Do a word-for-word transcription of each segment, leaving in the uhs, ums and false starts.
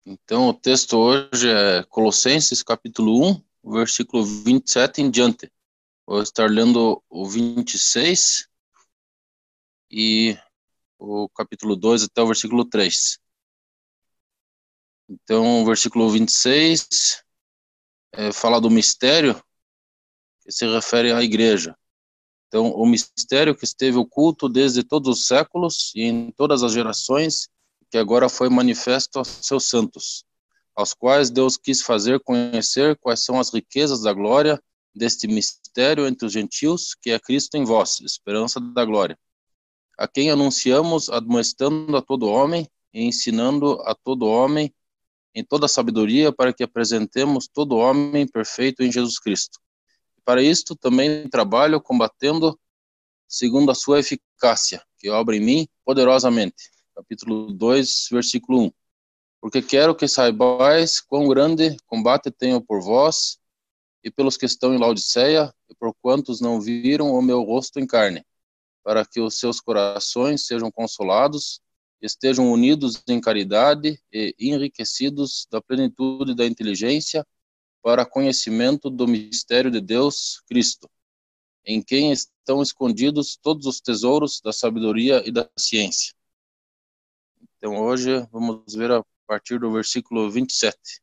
Então, o texto hoje é Colossenses, capítulo um, versículo vinte e sete em diante. Vou estar lendo o vinte e seis e o capítulo dois até o versículo três. Então, o versículo vinte e seis é, fala do mistério que se refere à igreja. Então, o mistério que esteve oculto desde todos os séculos e em todas as gerações, que agora foi manifesto aos seus santos, aos quais Deus quis fazer conhecer quais são as riquezas da glória deste mistério entre os gentios, que é Cristo em vós, esperança da glória, a quem anunciamos, admoestando a todo homem e ensinando a todo homem em toda sabedoria, para que apresentemos todo homem perfeito em Jesus Cristo. Para isto também trabalho combatendo segundo a sua eficácia, que obra em mim poderosamente. Capítulo dois, versículo um. Porque quero que saibais quão grande combate tenho por vós e pelos que estão em Laodiceia, e por quantos não viram o meu rosto em carne, para que os seus corações sejam consolados, estejam unidos em caridade e enriquecidos da plenitude da inteligência para conhecimento do mistério de Deus, Cristo, em quem estão escondidos todos os tesouros da sabedoria e da ciência. Então hoje vamos ver a partir do versículo vinte e sete.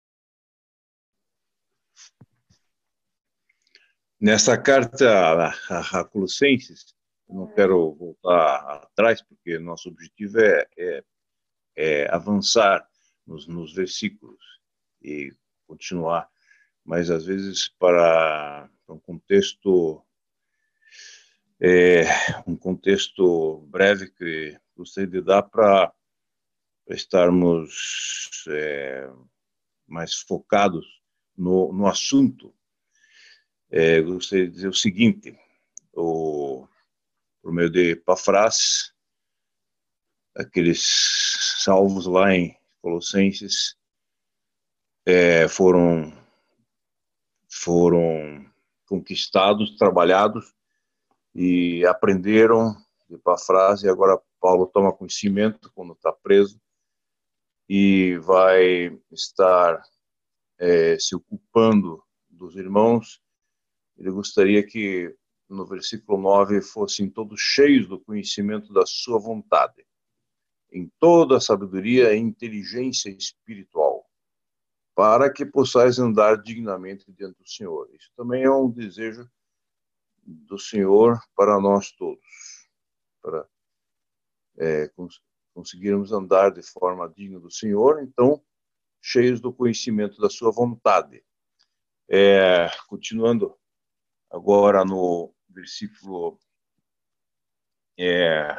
Nessa carta a, a Colossenses, eu não quero voltar atrás, porque nosso objetivo é, é, é avançar nos, nos versículos e continuar, mas às vezes para um contexto é, um contexto breve que gostaria de dar para estarmos é, mais focados no, no assunto. É, gostaria de dizer o seguinte: o, por meio de Epafras, aqueles salvos lá em Colossenses é, foram foram conquistados, trabalhados e aprenderam de Epafras, e agora Paulo toma conhecimento quando está preso e vai estar é, se ocupando dos irmãos. Ele gostaria que no versículo nove fossem todos cheios do conhecimento da sua vontade, em toda a sabedoria e inteligência espiritual, para que possais andar dignamente diante do Senhor. Isso também é um desejo do Senhor para nós todos, para é, cons- conseguirmos andar de forma digna do Senhor, então, cheios do conhecimento da sua vontade. É, continuando agora no versículo é,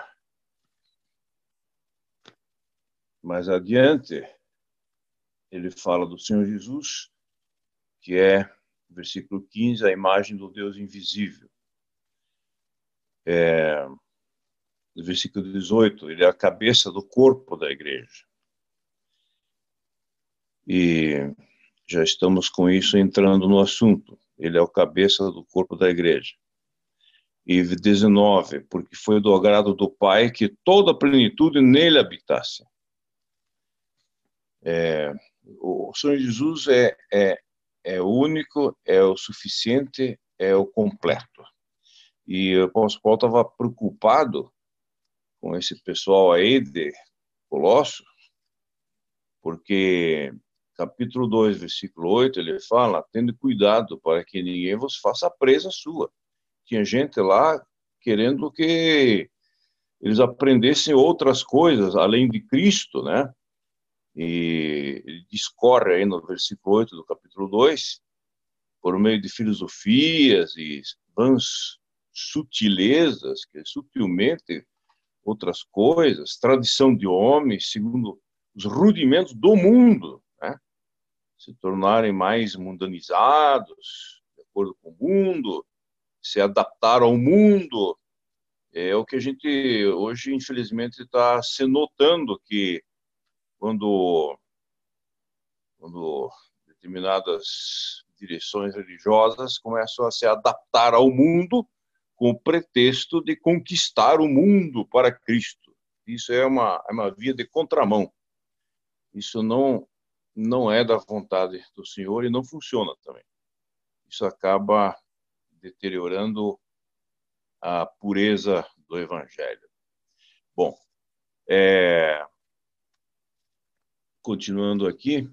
mais adiante, ele fala do Senhor Jesus, que é, versículo quinze, a imagem do Deus invisível. É, no versículo dezoito, ele é a cabeça do corpo da igreja. E já estamos com isso entrando no assunto. Ele é o cabeça do corpo da igreja. E dezenove, porque foi do agrado do Pai que toda a plenitude nele habitasse. É, o Senhor Jesus é, é, é único, é o suficiente, é o completo. E o apóstolo Paulo estava preocupado com esse pessoal aí de Colossos, porque capítulo dois, versículo oito, ele fala: tendo cuidado para que ninguém vos faça presa sua. Tinha gente lá querendo que eles aprendessem outras coisas além de Cristo, né? E ele discorre aí no versículo oito do capítulo dois, por meio de filosofias e vãs sutilezas, que sutilmente outras coisas, tradição de homens, segundo os rudimentos do mundo, né? Se tornarem mais mundanizados, de acordo com o mundo, se adaptar ao mundo. É o que a gente hoje, infelizmente, está se notando, que quando, quando determinadas direções religiosas começam a se adaptar ao mundo com o pretexto de conquistar o mundo para Cristo. Isso é uma, é uma via de contramão. Isso não, não é da vontade do Senhor e não funciona também. Isso acaba deteriorando a pureza do Evangelho. Bom, é, continuando aqui,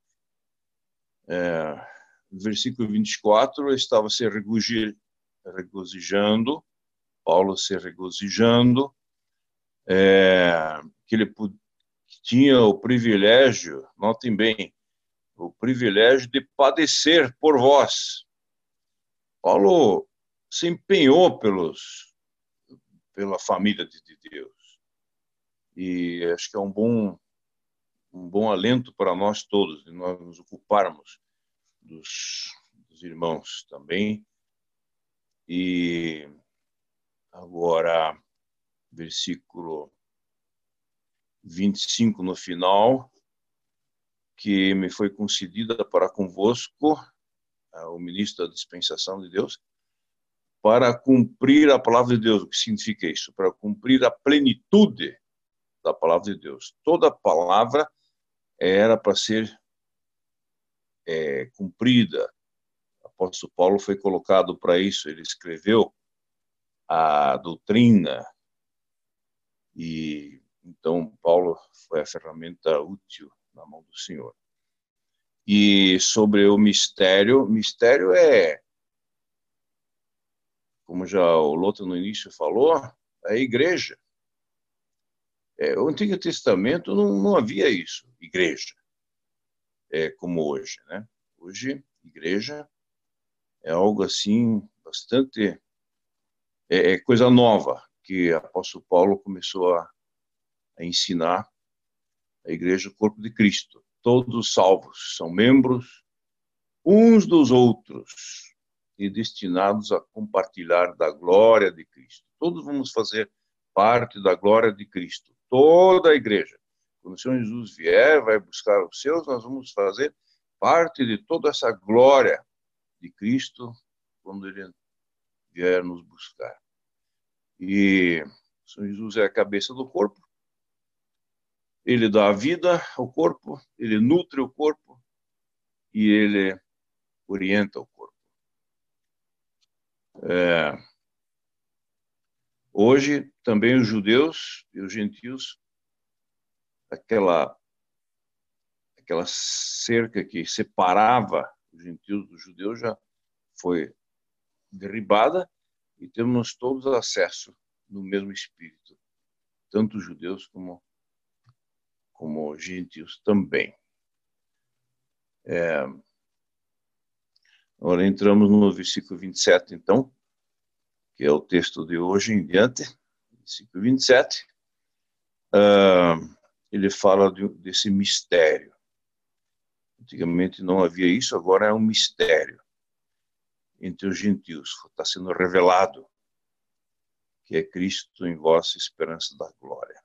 é, versículo vinte e quatro, estava se regozijando, Paulo se regozijando, é, que ele tinha o privilégio, notem bem, o privilégio de padecer por vós. Paulo se empenhou pelos, pela família de Deus. E acho que é um bom, um bom alento para nós todos, de nós nos ocuparmos dos, dos irmãos também. E agora, versículo vinte e cinco no final, que me foi concedida para convosco, o ministro da dispensação de Deus, para cumprir a palavra de Deus. O que significa isso? Para cumprir a plenitude da palavra de Deus. Toda palavra era para ser é, cumprida. O apóstolo Paulo foi colocado para isso. Ele escreveu a doutrina e então Paulo foi a ferramenta útil na mão do Senhor. E sobre o mistério, mistério é, como já o Loto no início falou, é a igreja. É, o Antigo Testamento não, não havia isso, igreja, é, como hoje, né? Hoje, igreja é algo assim, bastante, é, é coisa nova, que o apóstolo Paulo começou a, a ensinar a igreja, o corpo de Cristo. Todos os salvos são membros uns dos outros e destinados a compartilhar da glória de Cristo. Todos vamos fazer parte da glória de Cristo. Toda a igreja. Quando o Senhor Jesus vier, vai buscar os seus, nós vamos fazer parte de toda essa glória de Cristo quando Ele vier nos buscar. E o Senhor Jesus é a cabeça do corpo. Ele dá a vida ao corpo, Ele nutre o corpo e Ele orienta o corpo. É... Hoje, também os judeus e os gentios, aquela, aquela cerca que separava os gentios dos judeus já foi derribada e temos todos acesso no mesmo espírito, tanto os judeus como, como os gentios também. É... Agora entramos no versículo vinte e sete, então, que é o texto de hoje em diante, versículo vinte e sete, uh, ele fala de, desse mistério. Antigamente não havia isso, agora é um mistério entre os gentios, está sendo revelado, que é Cristo em vós, esperança da glória.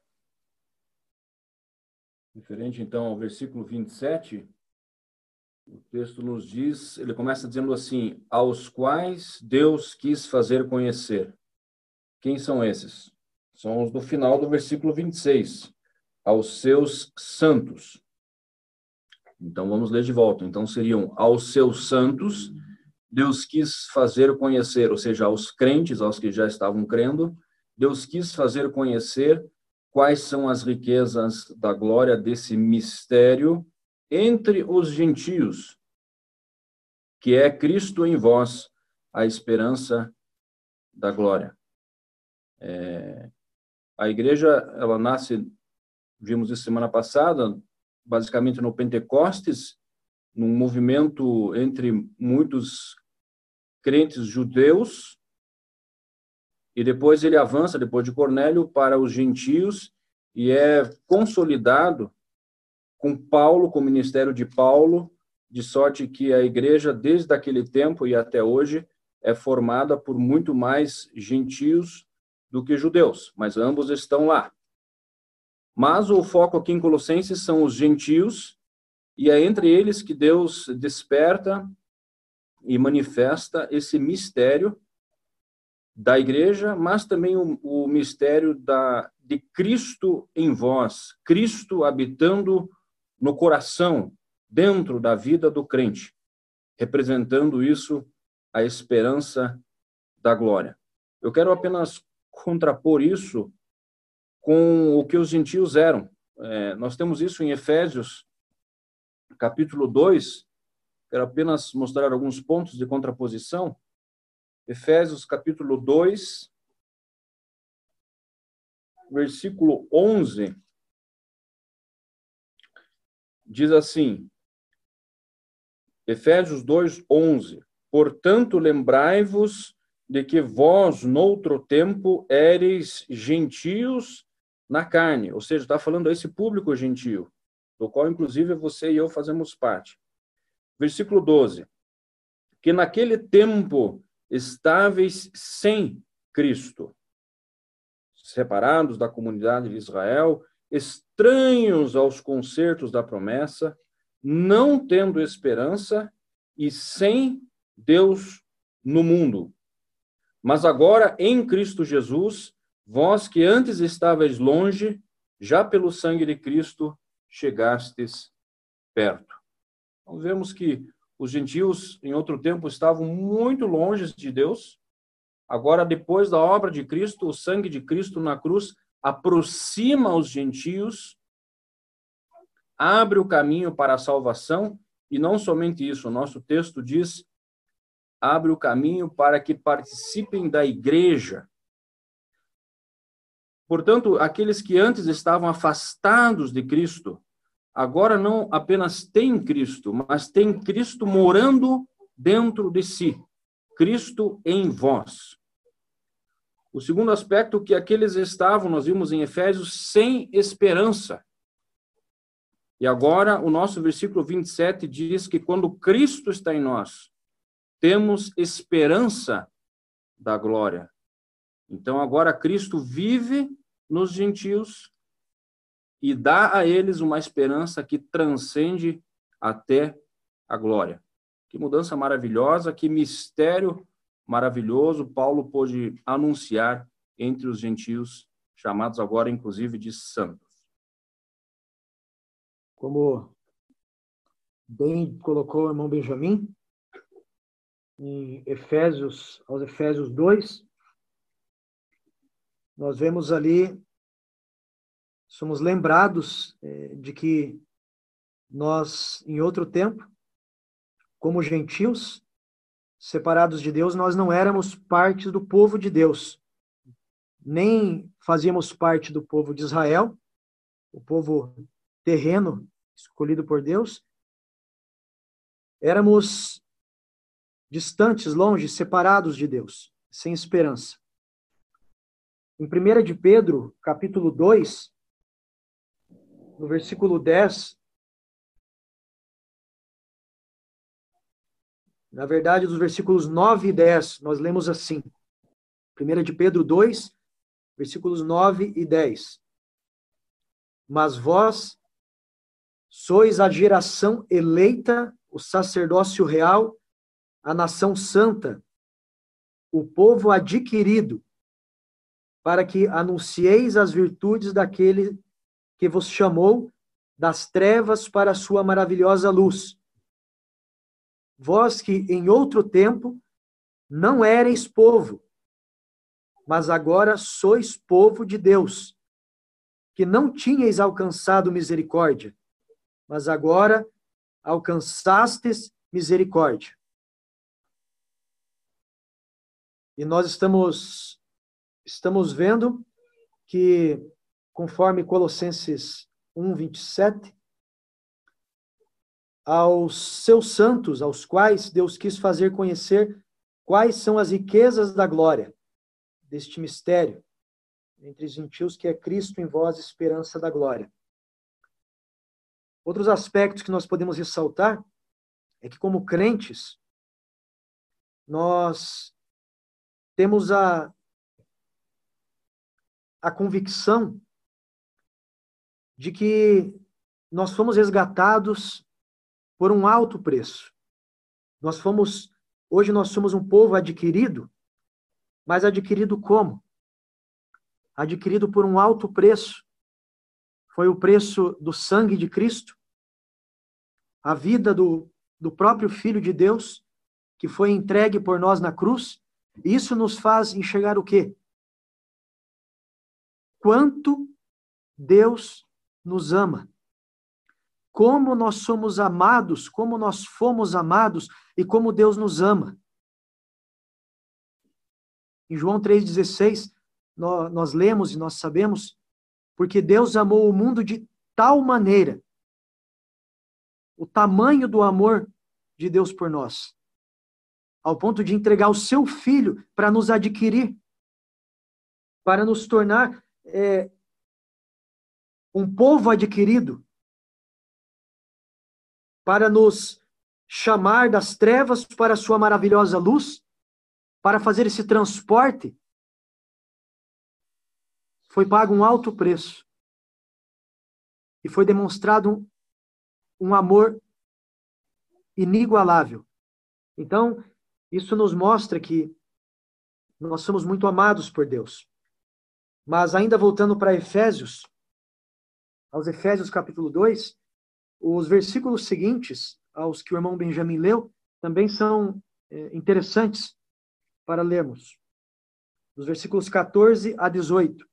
Referente, então, ao versículo vinte e sete, o texto nos diz, ele começa dizendo assim, aos quais Deus quis fazer conhecer. Quem são esses? São os do final do versículo vinte e seis, aos seus santos. Então, vamos ler de volta. Então, seriam aos seus santos, Deus quis fazer conhecer, ou seja, aos crentes, aos que já estavam crendo, Deus quis fazer conhecer quais são as riquezas da glória desse mistério entre os gentios, que é Cristo em vós, a esperança da glória. É, a igreja, ela nasce, vimos isso semana passada, basicamente no Pentecostes, num movimento entre muitos crentes judeus, e depois ele avança, depois de Cornélio, para os gentios, e é consolidado com Paulo, com o ministério de Paulo, de sorte que a igreja, desde aquele tempo e até hoje, é formada por muito mais gentios do que judeus, mas ambos estão lá. Mas o foco aqui em Colossenses são os gentios, e é entre eles que Deus desperta e manifesta esse mistério da igreja, mas também o, o mistério da, de Cristo em vós, Cristo habitando no coração dentro da vida do crente, representando isso a esperança da glória. Eu quero apenas contrapor isso com o que os gentios eram. É, nós temos isso em Efésios, capítulo dois. Quero apenas mostrar alguns pontos de contraposição. Efésios, capítulo dois, versículo onze, diz assim, Efésios dois, onze, portanto, lembrai-vos de que vós, noutro tempo, éreis gentios na carne, ou seja, está falando a esse público gentio, do qual, inclusive, você e eu fazemos parte. Versículo doze, que naquele tempo estáveis sem Cristo, separados da comunidade de Israel, estranhos aos concertos da promessa, não tendo esperança e sem Deus no mundo. Mas agora, em Cristo Jesus, vós que antes estáveis longe, já pelo sangue de Cristo chegastes perto. Então, vemos que os gentios, em outro tempo, estavam muito longe de Deus. Agora, depois da obra de Cristo, o sangue de Cristo na cruz aproxima os gentios, abre o caminho para a salvação, e não somente isso, o nosso texto diz, abre o caminho para que participem da igreja. Portanto, aqueles que antes estavam afastados de Cristo, agora não apenas têm Cristo, mas têm Cristo morando dentro de si. Cristo em vós. O segundo aspecto, que aqueles estavam, nós vimos em Efésios, sem esperança. E agora o nosso versículo vinte e sete diz que quando Cristo está em nós, temos esperança da glória. Então agora Cristo vive nos gentios e dá a eles uma esperança que transcende até a glória. Que mudança maravilhosa, que mistério maravilhoso Paulo pôde anunciar entre os gentios, chamados agora, inclusive, de santos. Como bem colocou o irmão Benjamin, em Efésios, aos Efésios dois, nós vemos ali, somos lembrados é, de que nós, em outro tempo, como gentios, separados de Deus, nós não éramos parte do povo de Deus, nem fazíamos parte do povo de Israel, o povo terreno escolhido por Deus. Éramos distantes, longe, separados de Deus, sem esperança. Em primeira de Pedro, capítulo dois, no versículo dez, na verdade, dos versículos nove e dez, nós lemos assim. primeira de Pedro dois, versículos nove e dez. Mas vós sois a geração eleita, o sacerdócio real, a nação santa, o povo adquirido, para que anuncieis as virtudes daquele que vos chamou das trevas para a sua maravilhosa luz. Vós que em outro tempo não éreis povo, mas agora sois povo de Deus, que não tinhais alcançado misericórdia, mas agora alcançastes misericórdia. E nós estamos, estamos vendo que, conforme Colossenses um, vinte e sete, aos seus santos, aos quais Deus quis fazer conhecer quais são as riquezas da glória deste mistério entre os gentios, que é Cristo em vós, esperança da glória. Outros aspectos que nós podemos ressaltar é que, como crentes, nós temos a, a convicção de que nós fomos resgatados por um alto preço. Nós fomos, hoje nós somos um povo adquirido, mas adquirido como? Adquirido por um alto preço. Foi o preço do sangue de Cristo. a vida do, do próprio Filho de Deus, que foi entregue por nós na cruz. E isso nos faz enxergar o quê? Quanto Deus nos ama. Como nós somos amados, como nós fomos amados e como Deus nos ama. Em João três dezesseis, nós, nós lemos e nós sabemos, porque Deus amou o mundo de tal maneira, o tamanho do amor de Deus por nós, ao ponto de entregar o seu Filho para nos adquirir, para nos tornar é, um povo adquirido, para nos chamar das trevas para a sua maravilhosa luz, para fazer esse transporte. Foi pago um alto preço. E foi demonstrado um, um amor inigualável. Então, isso nos mostra que nós somos muito amados por Deus. Mas ainda voltando para Efésios, aos Efésios capítulo dois, os versículos seguintes, aos que o irmão Benjamin leu, também são é, interessantes para lermos. Dos versículos quatorze a dezoito.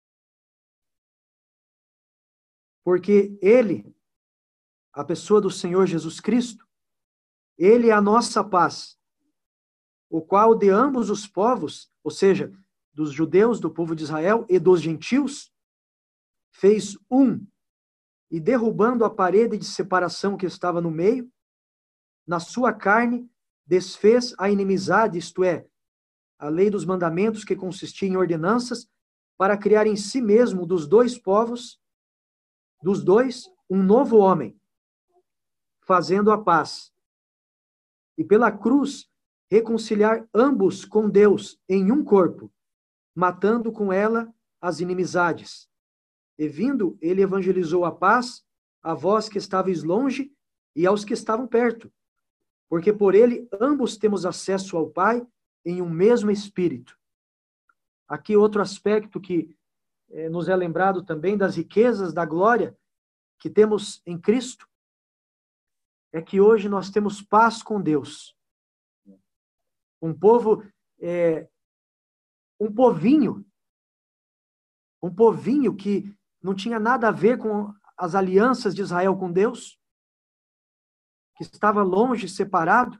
Porque ele, a pessoa do Senhor Jesus Cristo, ele é a nossa paz, o qual de ambos os povos, ou seja, dos judeus, do povo de Israel e dos gentios, fez um, e derrubando a parede de separação que estava no meio, na sua carne desfez a inimizade, isto é, a lei dos mandamentos que consistia em ordenanças, para criar em si mesmo dos dois povos, dos dois, um novo homem, fazendo a paz. E pela cruz, reconciliar ambos com Deus em um corpo, matando com ela as inimizades. E vindo, ele evangelizou a paz a vós que estáveis longe e aos que estavam perto, porque por ele ambos temos acesso ao Pai em um mesmo Espírito. Aqui outro aspecto que eh, nos é lembrado também das riquezas da glória que temos em Cristo, é que hoje nós temos paz com Deus. Um povo, é, um povinho, um povinho que não tinha nada a ver com as alianças de Israel com Deus, que estava longe, separado,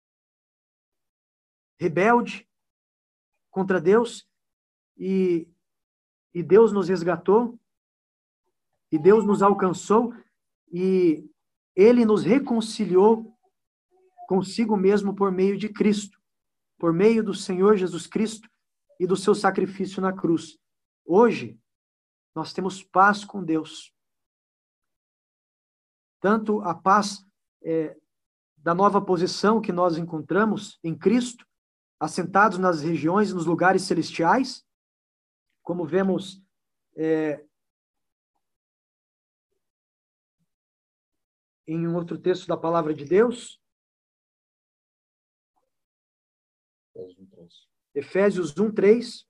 rebelde contra Deus, e, e Deus nos resgatou, e Deus nos alcançou, e Ele nos reconciliou consigo mesmo por meio de Cristo, por meio do Senhor Jesus Cristo e do seu sacrifício na cruz. Hoje, nós temos paz com Deus. Tanto a paz é, da nova posição que nós encontramos em Cristo, assentados nas regiões e nos lugares celestiais, como vemos é, em um outro texto da palavra de Deus, Efésios um, três.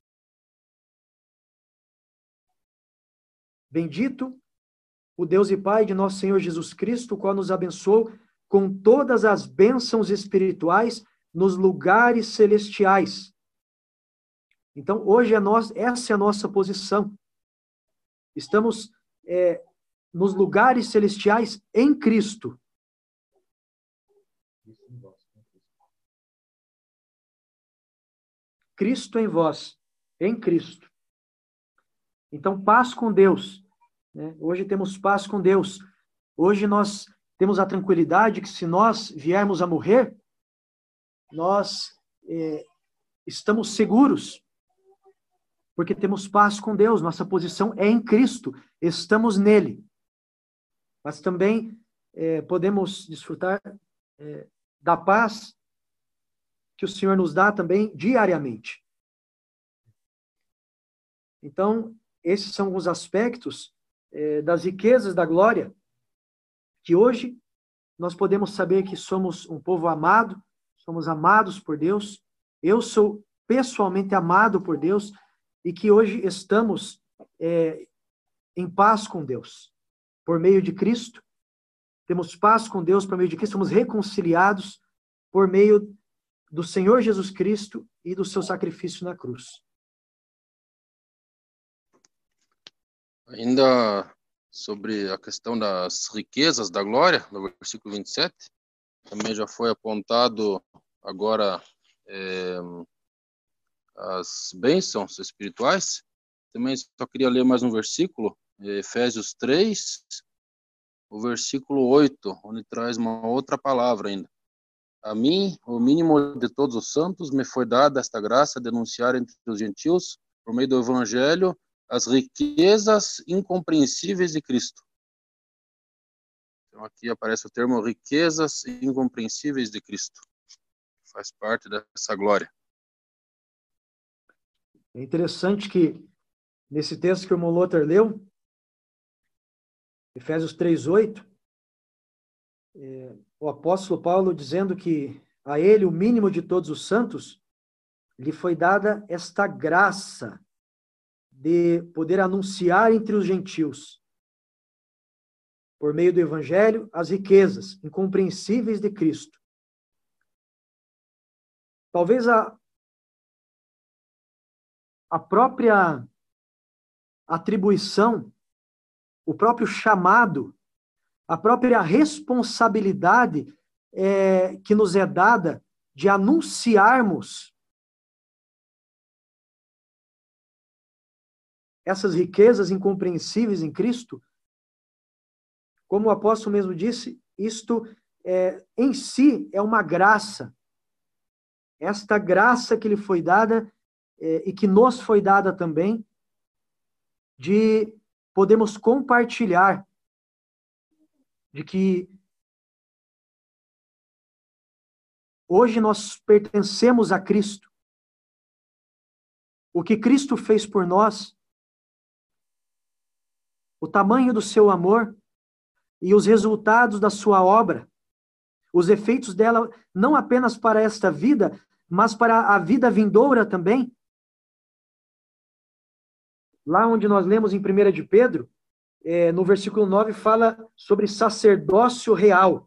Bendito o Deus e Pai de nosso Senhor Jesus Cristo, o qual nos abençoou com todas as bênçãos espirituais nos lugares celestiais. Então, hoje, é nós, essa é a nossa posição. Estamos é, nos lugares celestiais em Cristo. Cristo em vós, em Cristo. Então, paz com Deus. Né? Hoje temos paz com Deus. Hoje nós temos a tranquilidade que se nós viermos a morrer, nós é, estamos seguros, porque temos paz com Deus. Nossa posição é em Cristo, estamos nele. Mas também é, podemos desfrutar é, da paz que o Senhor nos dá também diariamente. Então, esses são os aspectos eh, das riquezas da glória, que hoje nós podemos saber que somos um povo amado, somos amados por Deus. Eu sou pessoalmente amado por Deus e que hoje estamos eh, em paz com Deus, por meio de Cristo, temos paz com Deus por meio de Cristo, somos reconciliados por meio do Senhor Jesus Cristo e do seu sacrifício na cruz. Ainda sobre a questão das riquezas da glória, no versículo vinte e sete, também já foi apontado agora é, as bênçãos espirituais. Também só queria ler mais um versículo, Efésios três, o versículo oito, onde traz uma outra palavra ainda. A mim, o mínimo de todos os santos, me foi dada esta graça de anunciar entre os gentios, por meio do evangelho, as riquezas incompreensíveis de Cristo. Então aqui aparece o termo riquezas incompreensíveis de Cristo. Faz parte dessa glória. É interessante que nesse texto que o irmão Lothar leu, Efésios três, oito, é, o apóstolo Paulo dizendo que a ele, o mínimo de todos os santos, lhe foi dada esta graça de poder anunciar entre os gentios, por meio do evangelho, as riquezas incompreensíveis de Cristo. Talvez a, a própria atribuição, o próprio chamado, a própria responsabilidade é, que nos é dada de anunciarmos essas riquezas incompreensíveis em Cristo, como o apóstolo mesmo disse, isto é, em si é uma graça. Esta graça que lhe foi dada é, e que nos foi dada também, de podermos compartilhar, de que hoje nós pertencemos a Cristo. O que Cristo fez por nós, o tamanho do seu amor e os resultados da sua obra, os efeitos dela, não apenas para esta vida, mas para a vida vindoura também. Lá onde nós lemos em primeira de Pedro, é, no versículo nove, fala sobre sacerdócio real.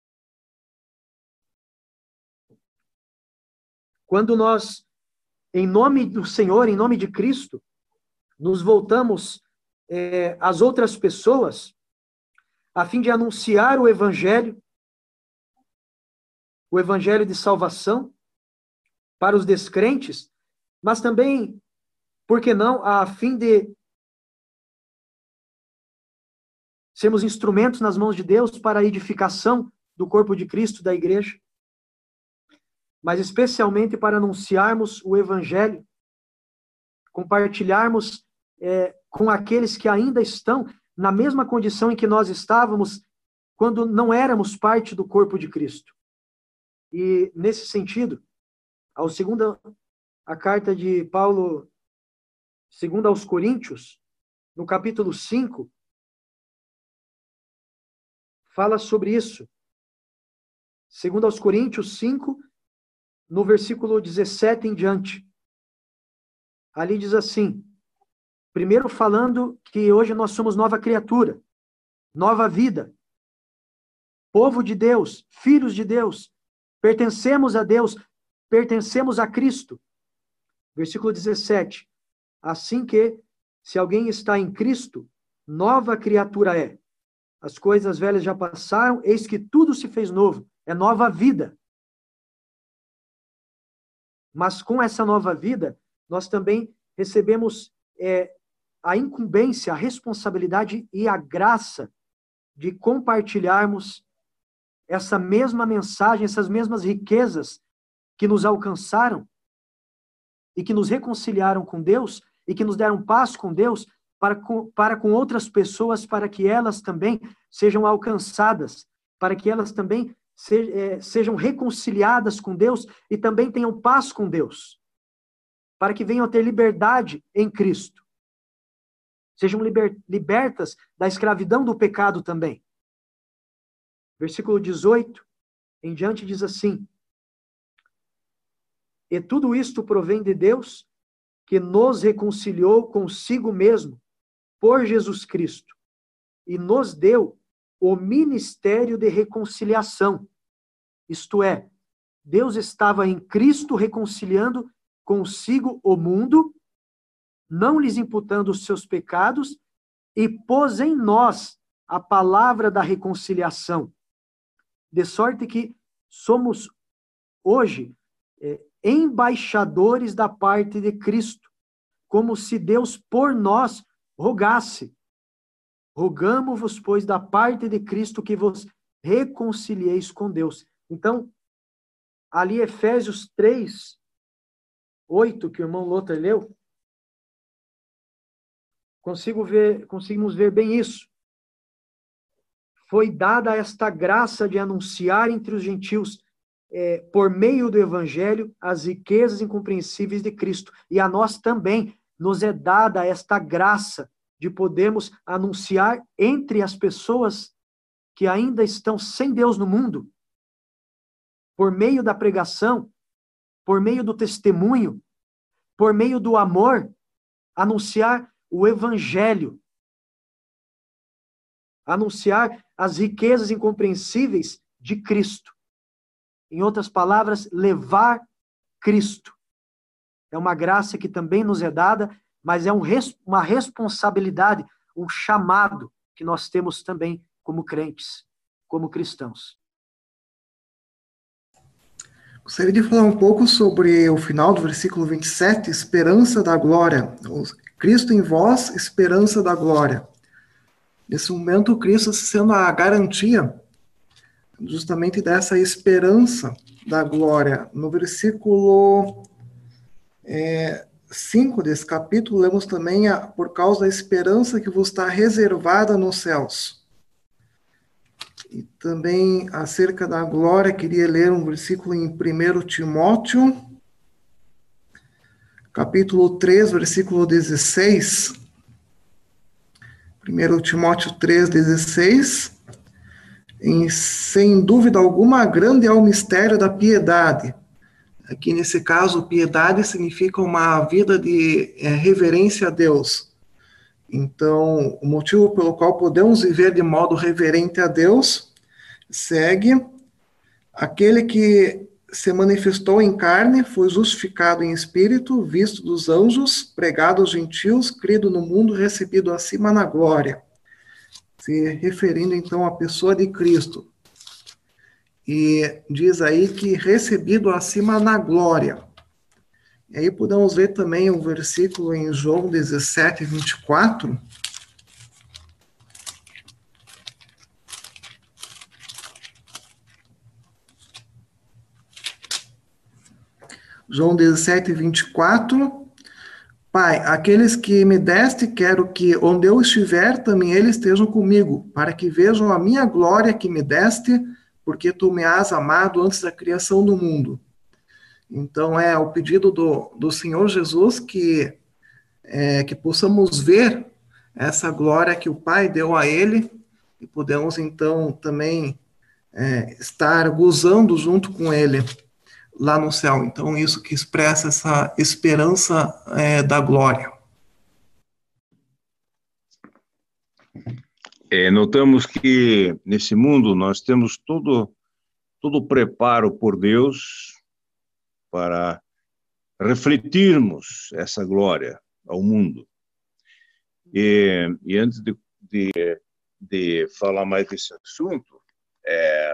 Quando nós, em nome do Senhor, em nome de Cristo, nos voltamos é, às outras pessoas, a fim de anunciar o Evangelho, o Evangelho de salvação para os descrentes, mas também, por que não, a fim de sermos instrumentos nas mãos de Deus para a edificação do corpo de Cristo, da igreja, mas especialmente para anunciarmos o Evangelho, compartilharmos é, com aqueles que ainda estão na mesma condição em que nós estávamos quando não éramos parte do corpo de Cristo. E, nesse sentido, ao segundo, a carta de Paulo, segundo aos Coríntios, no capítulo cinco, fala sobre isso. Segundo aos Coríntios cinco, no versículo dezessete em diante. Ali diz assim, primeiro falando que hoje nós somos nova criatura, nova vida, povo de Deus, filhos de Deus, pertencemos a Deus, pertencemos a Cristo. Versículo dezessete. Assim que, se alguém está em Cristo, nova criatura é. As coisas velhas já passaram, eis que tudo se fez novo. É nova vida. Mas com essa nova vida, nós também recebemos é, a incumbência, a responsabilidade e a graça de compartilharmos essa mesma mensagem, essas mesmas riquezas que nos alcançaram e que nos reconciliaram com Deus e que nos deram paz com Deus para com, para com outras pessoas, para que elas também sejam alcançadas, para que elas também se, é, sejam reconciliadas com Deus e também tenham paz com Deus, para que venham a ter liberdade em Cristo. Sejam liber, libertas da escravidão do pecado também. Versículo dezoito, em diante, diz assim, e tudo isto provém de Deus, que nos reconciliou consigo mesmo, por Jesus Cristo, e nos deu o ministério de reconciliação. Isto é, Deus estava em Cristo reconciliando consigo o mundo, não lhes imputando os seus pecados, e pôs em nós a palavra da reconciliação. De sorte que somos hoje é, embaixadores da parte de Cristo, como se Deus por nós rogasse. Rogamo-vos, pois, da parte de Cristo, que vos reconcilieis com Deus. Então, ali Efésios três, oito, que o irmão Lothar leu, consigo ver, conseguimos ver bem isso. Foi dada esta graça de anunciar entre os gentios, é, por meio do evangelho, as riquezas incompreensíveis de Cristo. E a nós também nos é dada esta graça de podermos anunciar entre as pessoas que ainda estão sem Deus no mundo, por meio da pregação, por meio do testemunho, por meio do amor, anunciar o evangelho, anunciar as riquezas incompreensíveis de Cristo. Em outras palavras, levar Cristo. É uma graça que também nos é dada, mas é um, uma responsabilidade, um chamado que nós temos também como crentes, como cristãos. Gostaria de falar um pouco sobre o final do versículo vinte e sete, esperança da glória. Cristo em vós, esperança da glória. Nesse momento, Cristo sendo a garantia justamente dessa esperança da glória. No versículo é, cinco desse capítulo, lemos também a, por causa da esperança que vos está reservada nos céus. E também acerca da glória, queria ler um versículo em primeiro Timóteo, capítulo três, versículo dezesseis. primeiro Timóteo três, dezesseis. Em, sem dúvida alguma, grande é o mistério da piedade. Aqui, nesse caso, piedade significa uma vida de é, reverência a Deus. Então, o motivo pelo qual podemos viver de modo reverente a Deus segue aquele que se manifestou em carne, foi justificado em espírito, visto dos anjos, pregado aos gentios, crido no mundo, recebido acima na glória. Se referindo, então, à pessoa de Cristo. E diz aí que recebido acima na glória. E aí podemos ver também um versículo em João dezessete, vinte e quatro. João dezessete, vinte e quatro. Pai, aqueles que me deste, quero que onde eu estiver, também eles estejam comigo, para que vejam a minha glória que me deste, porque tu me has amado antes da criação do mundo. Então, é o pedido do, do Senhor Jesus que, é, que possamos ver essa glória que o Pai deu a Ele, e podemos, então, também é, estar gozando junto com Ele lá no céu. Então, isso que expressa essa esperança é, da glória. É, notamos que nesse mundo nós temos todo todo o preparo por Deus para refletirmos essa glória ao mundo. E, e antes de, de, de falar mais desse assunto, é,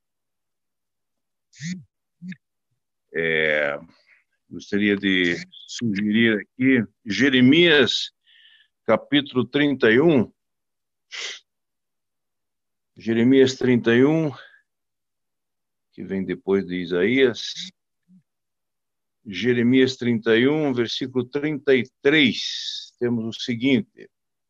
é, gostaria de sugerir aqui Jeremias, capítulo trinta e um. Jeremias trinta e um, que vem depois de Isaías. Jeremias trinta e um, versículo trinta e três, temos o seguinte: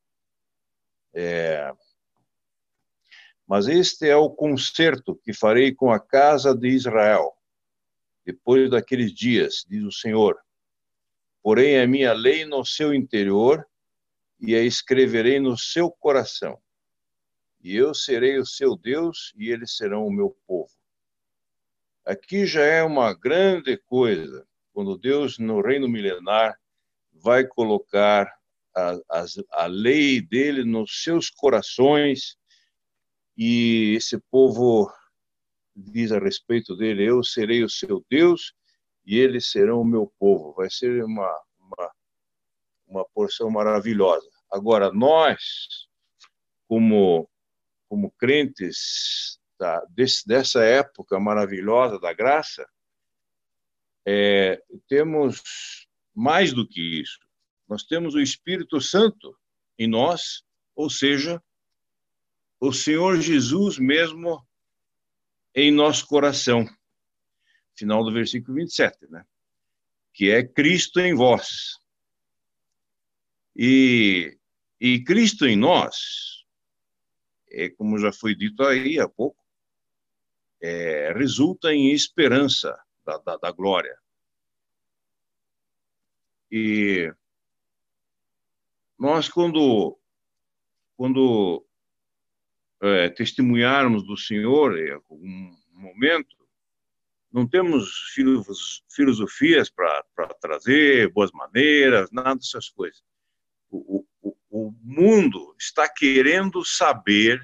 é, mas este é o concerto que farei com a casa de Israel, depois daqueles dias, diz o Senhor. Porém, a minha lei no seu interior, e a escreverei no seu coração. E eu serei o seu Deus, e eles serão o meu povo. Aqui já é uma grande coisa, quando Deus, no reino milenar, vai colocar a, a, a lei dele nos seus corações, e esse povo diz a respeito dele: eu serei o seu Deus e eles serão o meu povo. Vai ser uma, uma, uma porção maravilhosa. Agora, nós, como, como crentes da, desse, dessa época maravilhosa da graça, é, temos mais do que isso. Nós temos o Espírito Santo em nós, ou seja, o Senhor Jesus mesmo em nosso coração. Final do versículo vinte e sete, né? Que é Cristo em vós. E, e Cristo em nós, é, como já foi dito aí há pouco, é, resulta em esperança da, da, da glória. E nós, quando, quando é, testemunharmos do Senhor em algum momento, não temos filosofias para trazer, boas maneiras, nada dessas coisas. O, o, o mundo está querendo saber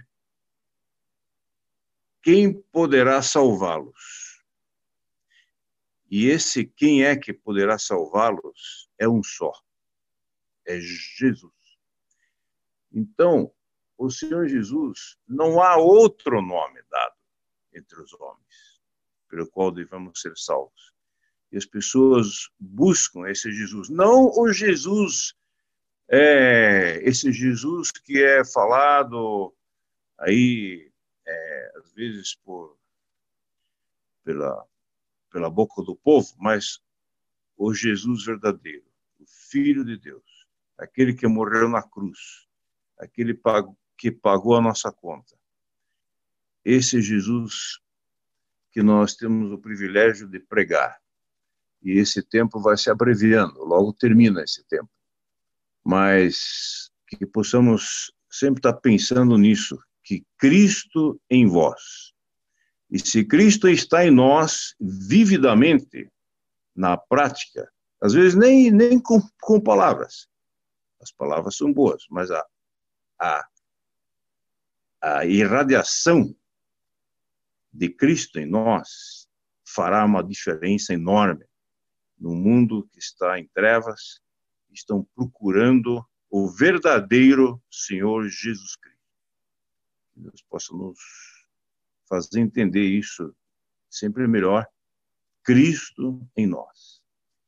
quem poderá salvá-los. E esse quem é que poderá salvá-los é um só. É Jesus. Então, o Senhor Jesus, não há outro nome dado entre os homens pelo qual devemos ser salvos. E as pessoas buscam esse Jesus. Não o Jesus, é, esse Jesus que é falado aí, é, às vezes, por, pela, pela boca do povo, mas o Jesus verdadeiro, o Filho de Deus, aquele que morreu na cruz, aquele que pagou a nossa conta. Esse Jesus que nós temos o privilégio de pregar. E esse tempo vai se abreviando, logo termina esse tempo. Mas que possamos sempre estar pensando nisso, que Cristo em vós. E se Cristo está em nós, vividamente, na prática, às vezes nem, nem com, com palavras. As palavras são boas, mas a, a, a irradiação de Cristo em nós fará uma diferença enorme no mundo que está em trevas, estão procurando o verdadeiro Senhor Jesus Cristo. Que Deus possa nos fazer entender isso sempre melhor, Cristo em nós.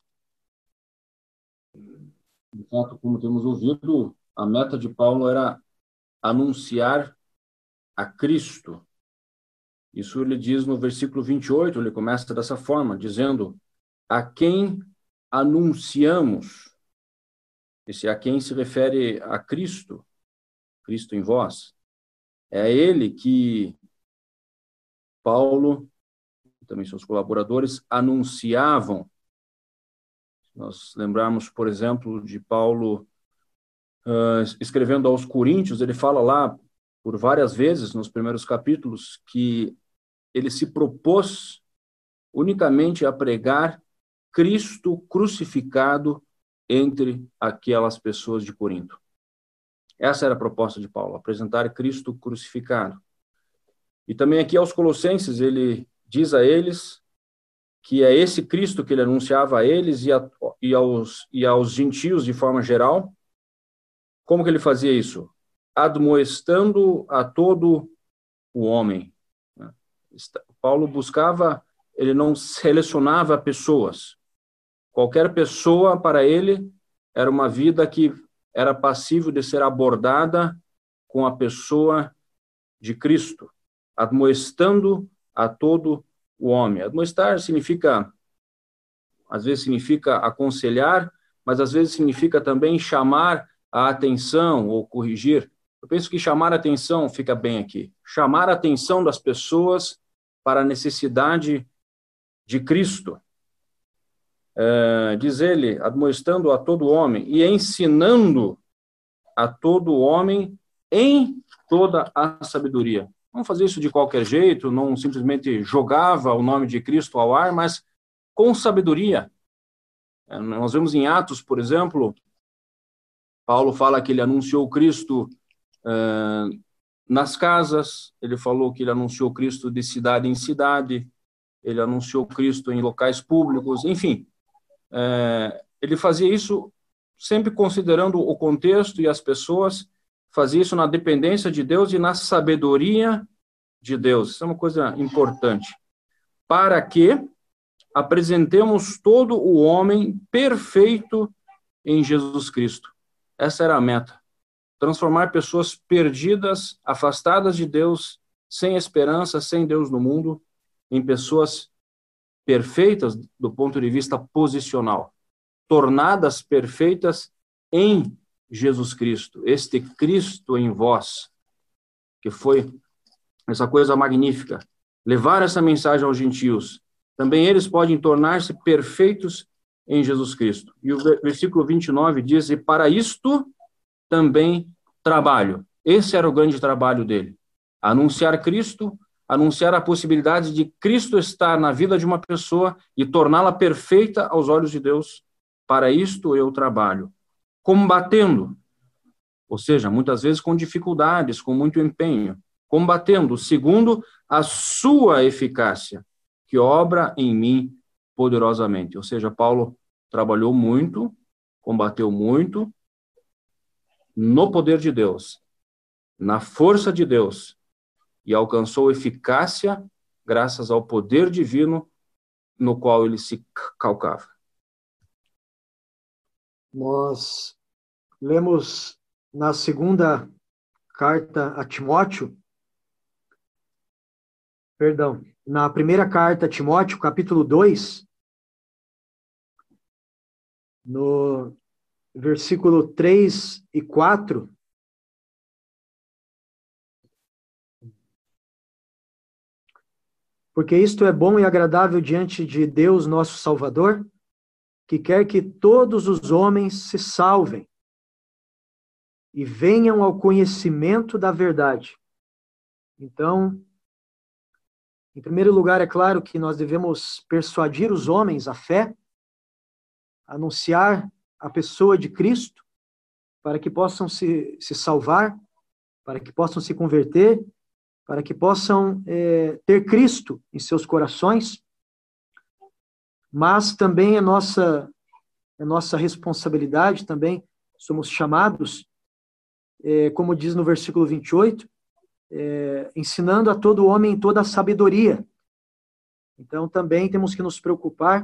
De fato, como temos ouvido, a meta de Paulo era anunciar a Cristo. Isso ele diz no versículo vinte e oito, ele começa dessa forma, dizendo: a quem anunciamos. Esse a quem se refere a Cristo, Cristo em vós. É a ele que Paulo, e também seus colaboradores, anunciavam. Nós lembramos, por exemplo, de Paulo uh, escrevendo aos Coríntios, ele fala lá por várias vezes nos primeiros capítulos que ele se propôs unicamente a pregar Cristo crucificado entre aquelas pessoas de Corinto. Essa era a proposta de Paulo, apresentar Cristo crucificado. E também aqui aos Colossenses, ele diz a eles que é esse Cristo que ele anunciava a eles e, a, e, aos, e aos gentios de forma geral. Como que ele fazia isso? Admoestando a todo o homem. Paulo buscava, ele não selecionava pessoas. Qualquer pessoa, para ele, era uma vida que era passível de ser abordada com a pessoa de Cristo, admoestando a todo o homem. Admoestar significa, às vezes significa aconselhar, mas às vezes significa também chamar a atenção ou corrigir. Eu penso que chamar a atenção fica bem aqui. Chamar a atenção das pessoas para a necessidade de Cristo. É, diz ele, admoestando a todo homem e ensinando a todo homem em toda a sabedoria. Não fazia isso de qualquer jeito, não simplesmente jogava o nome de Cristo ao ar, mas com sabedoria. É, nós vemos em Atos, por exemplo, Paulo fala que ele anunciou Cristo uh, nas casas, ele falou que ele anunciou Cristo de cidade em cidade, ele anunciou Cristo em locais públicos, enfim. É, ele fazia isso sempre considerando o contexto e as pessoas, fazia isso na dependência de Deus e na sabedoria de Deus. Isso é uma coisa importante. Para que apresentemos todo o homem perfeito em Jesus Cristo. Essa era a meta. Transformar pessoas perdidas, afastadas de Deus, sem esperança, sem Deus no mundo, em pessoas perfeitas do ponto de vista posicional, tornadas perfeitas em Jesus Cristo, este Cristo em vós, que foi essa coisa magnífica, levar essa mensagem aos gentios. Também eles podem tornar-se perfeitos em Jesus Cristo. E o versículo vinte e nove diz, e para isto também trabalho. Esse era o grande trabalho dele. Anunciar Cristo, anunciar a possibilidade de Cristo estar na vida de uma pessoa e torná-la perfeita aos olhos de Deus. Para isto eu trabalho. Combatendo, ou seja, muitas vezes com dificuldades, com muito empenho. Combatendo, segundo a sua eficácia, que obra em mim poderosamente. Ou seja, Paulo trabalhou muito, combateu muito, no poder de Deus, na força de Deus, e alcançou eficácia graças ao poder divino no qual ele se calcava. Nós lemos na segunda carta a Timóteo, perdão, na primeira carta a Timóteo, capítulo dois, no versículo três e quatro, porque isto é bom e agradável diante de Deus, nosso Salvador, que quer que todos os homens se salvem e venham ao conhecimento da verdade. Então, em primeiro lugar, é claro que nós devemos persuadir os homens à fé, anunciar a pessoa de Cristo, para que possam se, se salvar, para que possam se converter, para que possam é, ter Cristo em seus corações, mas também é nossa, é nossa responsabilidade, também somos chamados, é, como diz no versículo vinte e oito, é, ensinando a todo homem toda a sabedoria. Então também temos que nos preocupar,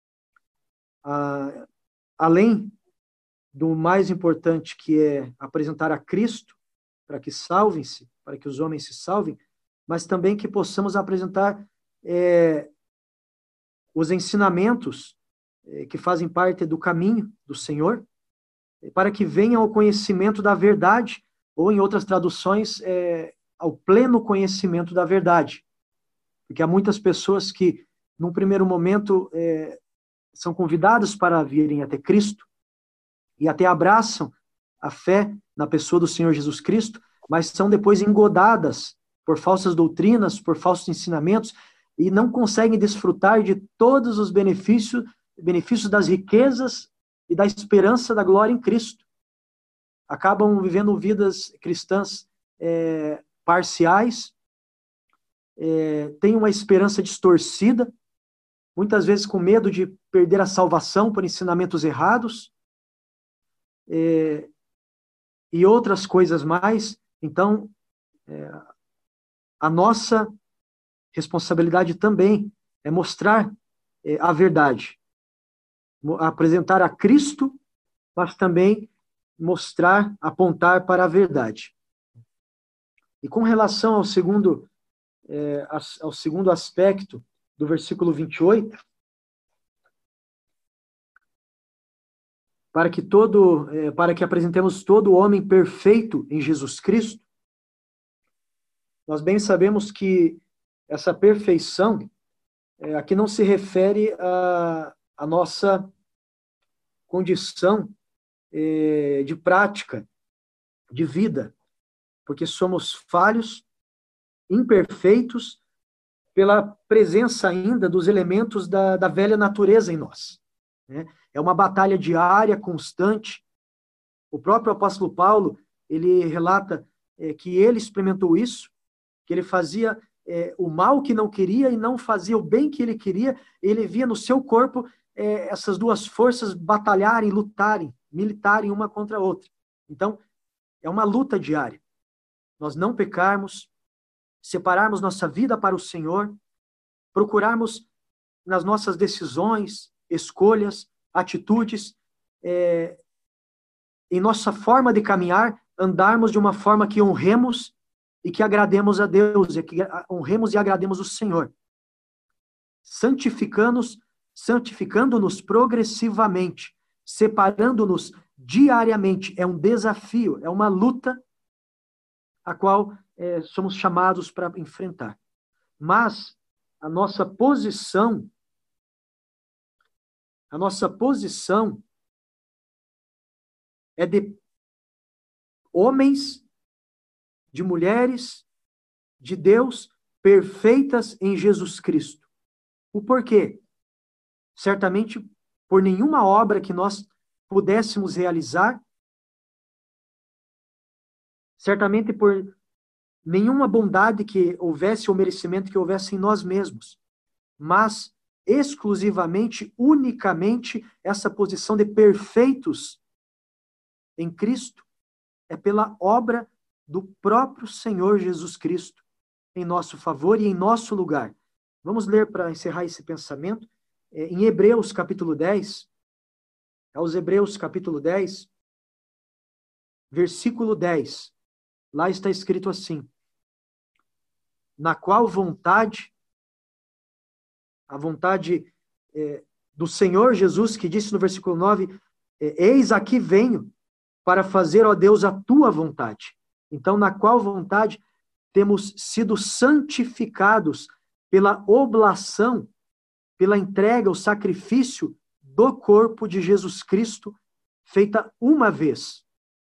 a, além do mais importante, que é apresentar a Cristo, para que salvem-se, para que os homens se salvem, mas também que possamos apresentar é, os ensinamentos é, que fazem parte do caminho do Senhor, é, para que venham ao conhecimento da verdade, ou em outras traduções, é, ao pleno conhecimento da verdade. Porque há muitas pessoas que, num primeiro momento, é, são convidadas para virem até Cristo, e até abraçam a fé na pessoa do Senhor Jesus Cristo, mas são depois engodadas por falsas doutrinas, por falsos ensinamentos, e não conseguem desfrutar de todos os benefícios, benefícios das riquezas e da esperança da glória em Cristo. Acabam vivendo vidas cristãs é, parciais, é, têm uma esperança distorcida, muitas vezes com medo de perder a salvação por ensinamentos errados, É, e outras coisas mais. Então, é, a nossa responsabilidade também é mostrar é, a verdade, apresentar a Cristo, mas também mostrar, apontar para a verdade. E com relação ao segundo, é, ao segundo aspecto do versículo vinte e oito, para que todo, para que apresentemos todo homem perfeito em Jesus Cristo, nós bem sabemos que essa perfeição é, aqui não se refere à, à nossa condição é, de prática, de vida, porque somos falhos, imperfeitos, pela presença ainda dos elementos da, da velha natureza em nós, né? É uma batalha diária, constante. O próprio apóstolo Paulo, ele relata é, que ele experimentou isso, que ele fazia é, o mal que não queria e não fazia o bem que ele queria. Ele via no seu corpo é, essas duas forças batalharem, lutarem, militarem uma contra a outra. Então, é uma luta diária. Nós não pecarmos, separarmos nossa vida para o Senhor, procurarmos nas nossas decisões, escolhas, atitudes, é, em nossa forma de caminhar, andarmos de uma forma que honremos e que agrademos a Deus, e que honremos e agrademos o Senhor. Santificando-nos, santificando-nos progressivamente, separando-nos diariamente. É um desafio, é uma luta a qual é, somos chamados para enfrentar. Mas a nossa posição, a nossa posição é de homens, de mulheres, de Deus, perfeitas em Jesus Cristo. O porquê? Certamente por nenhuma obra que nós pudéssemos realizar, certamente por nenhuma bondade que houvesse ou merecimento que houvesse em nós mesmos, mas exclusivamente, unicamente, essa posição de perfeitos em Cristo é pela obra do próprio Senhor Jesus Cristo em nosso favor e em nosso lugar. Vamos ler para encerrar esse pensamento, é, em Hebreus capítulo dez, aos Hebreus capítulo dez, versículo dez. Lá está escrito assim: na qual vontade, a vontade é, do Senhor Jesus, que disse no versículo nove, é, eis aqui venho para fazer, ó Deus, a tua vontade. Então, na qual vontade temos sido santificados pela oblação, pela entrega, o sacrifício do corpo de Jesus Cristo, feita uma vez.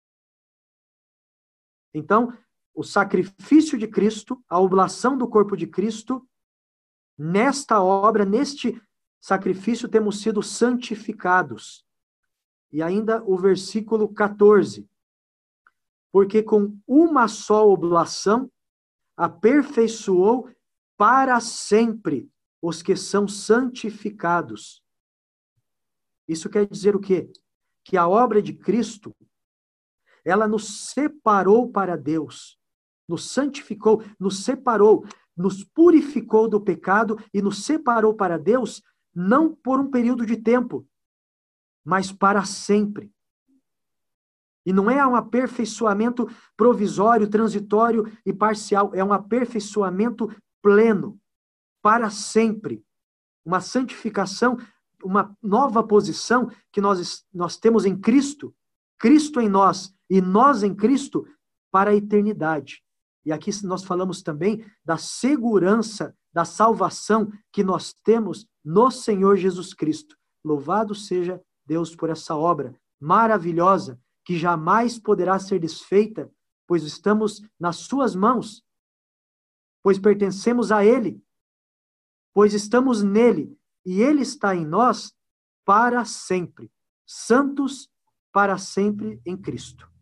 Então, o sacrifício de Cristo, a oblação do corpo de Cristo, nesta obra, neste sacrifício, temos sido santificados. E ainda o versículo quatorze. Porque com uma só oblação aperfeiçoou para sempre os que são santificados. Isso quer dizer o quê? Que a obra de Cristo, ela nos separou para Deus, nos santificou, nos separou, nos purificou do pecado e nos separou para Deus, não por um período de tempo, mas para sempre. E não é um aperfeiçoamento provisório, transitório e parcial, é um aperfeiçoamento pleno, para sempre. Uma santificação, uma nova posição que nós, nós temos em Cristo, Cristo em nós e nós em Cristo para a eternidade. E aqui nós falamos também da segurança da salvação que nós temos no Senhor Jesus Cristo. Louvado seja Deus por essa obra maravilhosa que jamais poderá ser desfeita, pois estamos nas suas mãos, pois pertencemos a Ele, pois estamos nele e Ele está em nós para sempre, santos para sempre em Cristo.